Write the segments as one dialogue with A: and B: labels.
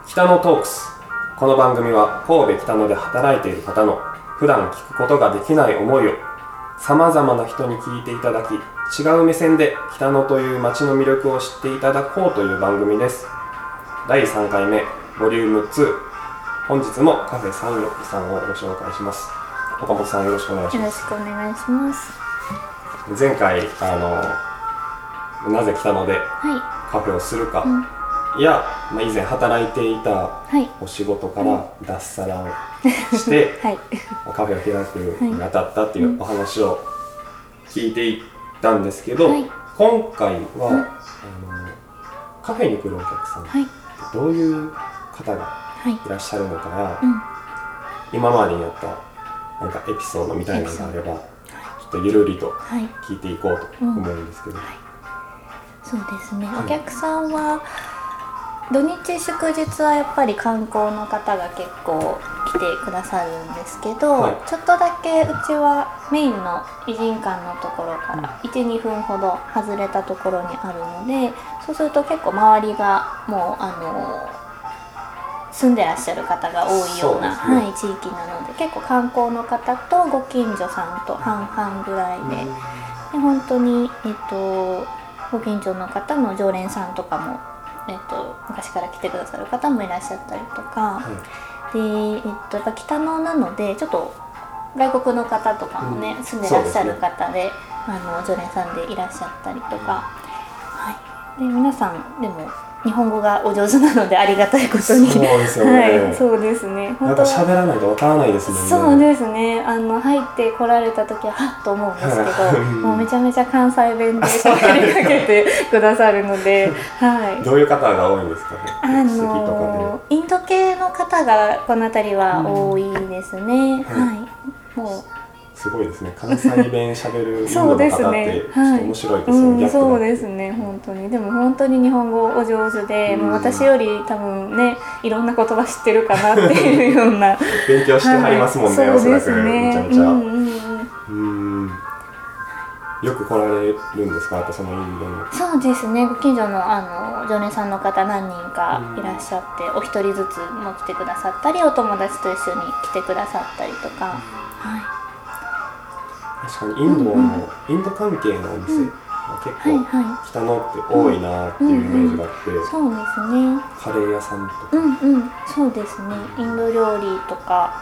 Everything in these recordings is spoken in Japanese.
A: 北野トークス。この番組は神戸北野で働いている方の普段聞くことができない思いをさまざまな人に聞いていただき、違う目線で北野という街の魅力を知っていただこうという番組です。第3回目ボリューム2、本日もカフェ363をご紹介します。岡本さん、よろしくお願いします。
B: よろしくお願いします。
A: 前回なぜ北野でカフェをするか、や、以前働いていたお仕事から脱サラをして、カフェを開くにあたったっていうお話を聞いていったんですけど、今回は、カフェに来るお客さんってどういう方がいらっしゃるのかや、今までにあったなんかエピソードみたいなのがあれば、ちょっとゆるりと聞いていこうと思うんですけど。
B: そうですね、お客さんは土日祝日はやっぱり観光の方が結構来てくださるんですけど、ちょっとだけうちはメインの異人館のところから 1,2 分ほど外れたところにあるので、そうすると結構周りがもう住んでらっしゃる方が多いような地域なので、結構観光の方とご近所さんと半々ぐらいで、本当に、ご近所の方の常連さんとかも昔から来てくださる方もいらっしゃったりとか、で、やっぱ北野なのでちょっと外国の方とかもね、住んでらっしゃる方で、常連さんでいらっしゃったりとか、で皆さんでも日本語がお上手なのでありがたいことに。
A: そうですよね。
B: そうですね。
A: なんか喋らないとわからないですもんね。
B: そうですね。入って来られた時ははっと思うんですけど、もうめちゃめちゃ関西弁で喋りかけてくださるので、
A: どういう方が多いんですかね。
B: インド系の方がこの辺りは多いですね。もう。
A: すごいですね。関西弁喋るインドの方ってちょっと面白いですよね。
B: そうですね、本当に。でも本当に日本語お上手で、もう私より多分ね、いろんな言葉知ってるかなっていうような
A: 勉強してはりますもんね、おそらくめちゃめちゃ。よく来られるんですか、やっぱそのインドに。
B: そうですね、ご近所の常連さんの方何人かいらっしゃって、お一人ずつも来てくださったり、お友達と一緒に来てくださったりとか。
A: 確かにインド関係のお店は結構北野って多いなっていうイメージがあって、
B: そうですね。
A: カレー屋さんとか、
B: そうですね。インド料理とか、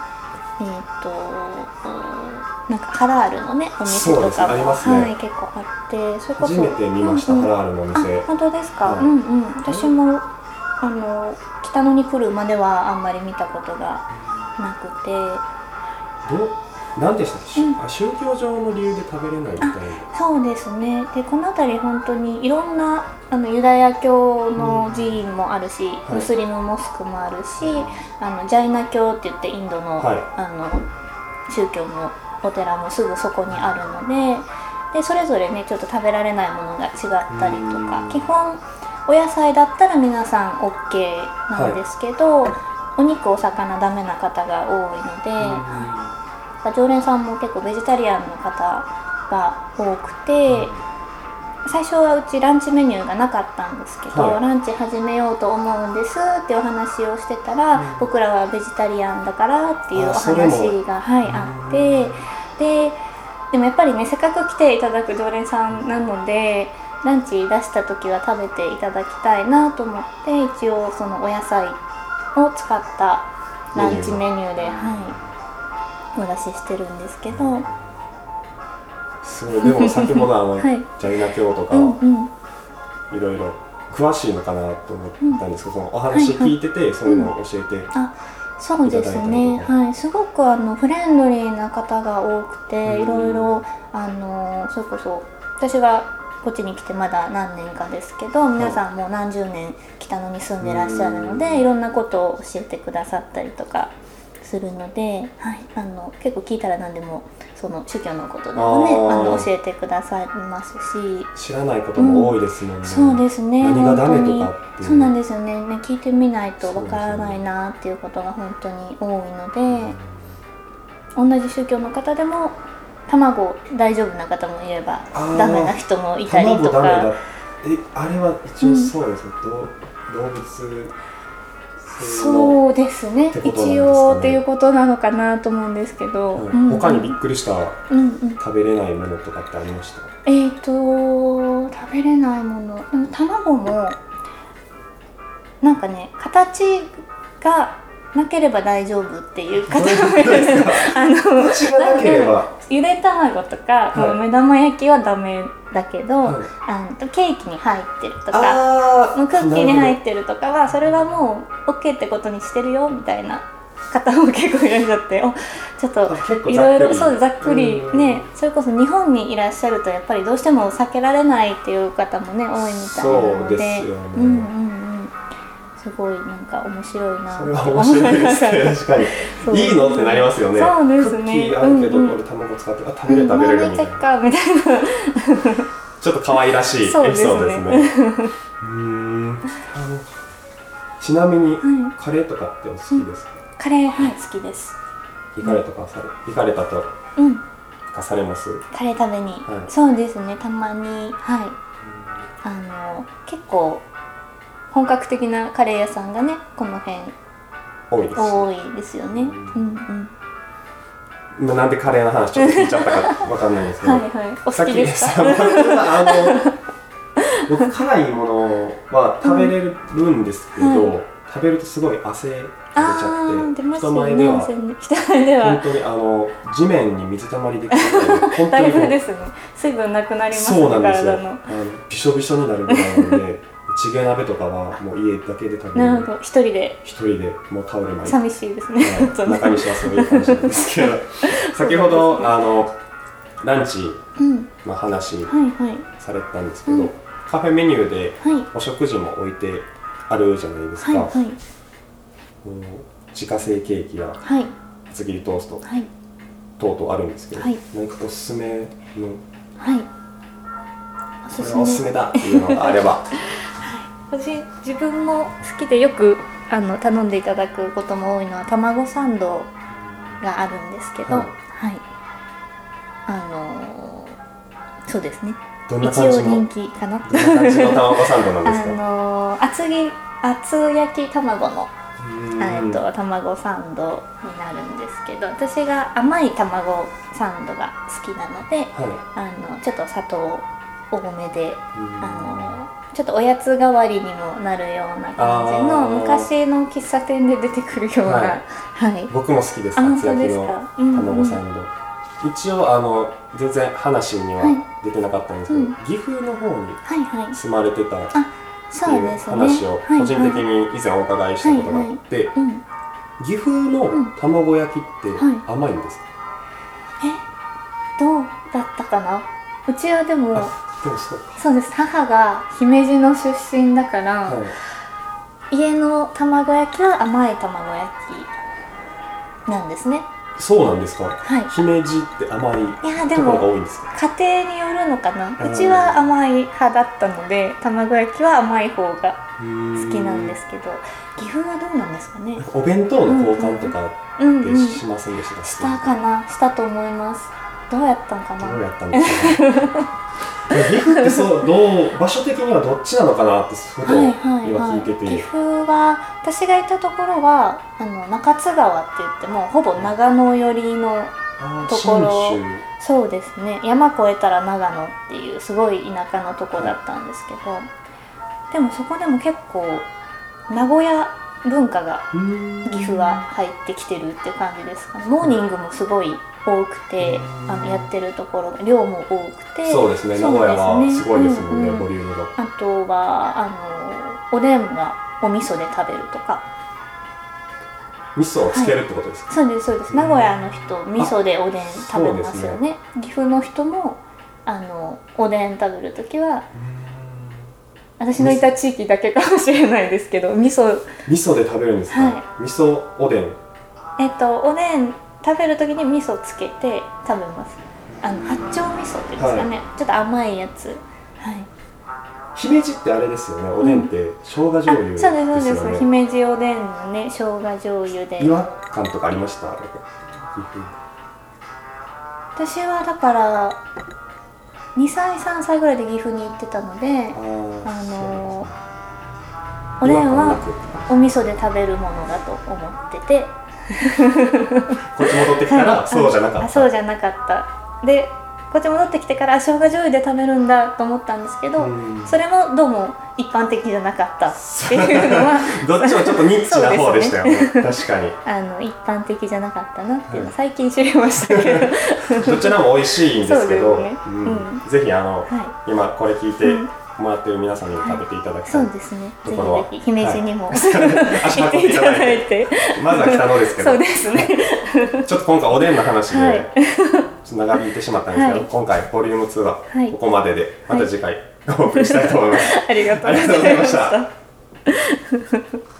B: なんかハラールのねお店とかも結構あって、それこそ
A: 初めて見ました、ハラールのお店。
B: 本当ですか。私も北野に来るまではあんまり見たことがなくて。
A: 何でしたっけ、宗教上の理由で食べれないみたいな。
B: そうですね。でこの辺り本当にいろんなユダヤ教の寺院もあるし、ムスリムモスクもあるし、ジャイナ教って言ってインドの、宗教のお寺もすぐそこにあるので、それぞれねちょっと食べられないものが違ったりとか、基本お野菜だったら皆さん OK なんですけど、お肉お魚ダメな方が多いので。常連さんも結構ベジタリアンの方が多くて、最初はうちランチメニューがなかったんですけど、ランチ始めようと思うんですってお話をしてたら、僕らはベジタリアンだからっていうお話があって、でもやっぱりね、せっかく来ていただく常連さんなので、ランチ出した時は食べていただきたいなと思って、一応そのお野菜を使ったランチメニューでお出ししてるんですけど。
A: すごい。でも先ほどジャイナ教とかいろいろ詳しいのかなと思ったんですけど、そのお話聞いててそういうのを教えていただいたりとか。
B: そうですね、すごくフレンドリーな方が多くて、いろいろそれこそ私がこっちに来てまだ何年かですけど、皆さんもう何十年北野に住んでらっしゃるので、いろんなことを教えてくださったりとかするので、結構聞いたら何でもその宗教のことでもね教えてくださいますし、
A: 知らないことも多いですもんね。
B: そうですね。
A: 何がダメとかっていう。
B: そうなんですよね。聞いてみないとわからないなっていうことが本当に多いので、同じ宗教の方でも卵大丈夫な方もいればダメな人もいたりとか。
A: あれは一応そうですね。動物
B: そうですね、一応っていうことなのかなと思うんですけど、
A: 他にびっくりした食べれないものとかってありました？
B: 食べれないもの、でも卵もなんかね、形がなければ大丈夫っていう方もいるんです
A: 形がなければ
B: ゆで卵とか、目玉焼きはダメだけど、ケーキに入ってるとかクッキーに入ってるとかはそれはもう OK ってことにしてるよみたいな方も結構いらっしゃって、ちょっっといろいろそうざっくりね、それこそ日本にいらっしゃるとやっぱりどうしても避けられないっていう方もね多いみたいなので、
A: そうですよね、
B: すごいなんか面白いな。
A: それは面白いですね。確かにいいのってなりますよね。
B: そうですね。
A: クッキーあるけどこれ卵使って食べれるみたいな。
B: みたいな。
A: ちょっと可愛らしいエピソードですね。ちなみにカレーとかってお好きですか？
B: カレー好きです。
A: 行かれたとかされます？
B: カレー食べに、そうですね、たまに結構本格的なカレー屋さんがねこの辺多いですよね。
A: 今なんでカレーの話ちょっと聞いちゃったかわかんないんですけど、
B: お好きですか？
A: 僕辛いものは食べれるんですけど、食べるとすごい汗出ちゃって、人前では本当に地面に水たまりできるぐらい
B: だいぶですね、水分なくなりますね。
A: そうなんですよ。
B: 体の
A: びしょびしょになるぐらいなのでチゲ鍋とかはもう家だけで食べる。
B: なるほど、一人で
A: もう倒れない。
B: 寂しいですね。
A: 中西はそういう感じなんですけど先ほどランチの話されてたんですけど、カフェメニューでお食事も置いてあるじゃないですか。自家製ケーキや厚切りトースト等々あるんですけど、何かおすすめのこれはおすすめだっていうのがあれば。
B: 私自分も好きでよく頼んでいただくことも多いのは卵サンドがあるんですけど、そうですね、一応人気かな。
A: どんな感じの卵サンドなんですか？
B: 厚焼き卵の卵サンドになるんですけど、私が甘い卵サンドが好きなので、ちょっと砂糖多めで、ちょっとおやつ代わりにもなるような感じの昔の喫茶店で出てくるような、
A: 僕も好きです。厚焼きの卵サンド、一応全然話には出てなかったんですけど、岐阜の方に住まれてたっていう話を個人的に以前お伺いしたことがあって、岐阜の卵焼きって甘いんですか？
B: どうだったかな。うちはでもそうです、母が姫路の出身だから、家の卵焼きは甘い卵焼きなんですね。
A: そうなんですか？姫路って甘いところが多いんですか？
B: 家庭によるのかな。うちは甘い派だったので卵焼きは甘い方が好きなんですけど、岐阜はどうなんですかね。
A: お弁当の交換とかってしませんでした？
B: したと思います。どうやったんかな。
A: どうやったんですかね。岐阜って場所的にはどっちなのかなってふと今聞いてて、
B: 岐阜は私がいたところは中津川って言ってもほぼ長野寄りのところ、そうですね、山越えたら長野っていうすごい田舎のとこだったんですけど、でもそこでも結構名古屋文化が岐阜は入ってきてるって感じですかね。モーニングもすごい多くて、やってるところが量も多くて、
A: そうですね、名古屋はすごいですもんね、ボリュームが。
B: あとはおでんはお味噌で食べるとか。
A: 味噌をつけるってことですか？
B: そうですそうです。名古屋の人味噌でおでん食べますよね。岐阜の人もおでん食べるときは、私のいた地域だけかもしれないですけど、味噌
A: で食べるんですか？味噌おでん。
B: おでん食べるときに味噌つけて食べます。八丁味噌っていうんですかね、ちょっと甘いやつ。
A: 姫路ってあれですよね、おでんって生姜醤油ですよね。
B: そうです。姫路おでんのね、生姜醤油で。
A: 違和感とかありました？
B: 私はだから2歳3歳ぐらいで岐阜に行ってたので、 おでんはお味噌で食べるものだと思ってて
A: こっち戻ってきたらそうじゃなかった。
B: そうじゃなかったで、こっち戻ってきてから生姜醤油で食べるんだと思ったんですけど、それもどうも一般的じゃなかったっていうのは
A: どっちもちょっとニッチな方でしたよね。確かに
B: 一般的じゃなかったなっていうのは最近知りましたけど
A: どちらも美味しいんですけど、ぜひ今これ聞いてもらってる皆さんにも食べていただきたい、
B: そうですね。ぜひ姫路にも、足
A: 運んでいただいて、まずは北野ですけど、
B: そうですね。
A: ちょっと今回おでんの話で長引いてしまったんですけど、今回ボリューム2はここまでで、また次回お送りしたいと思います。
B: ありがとうございました。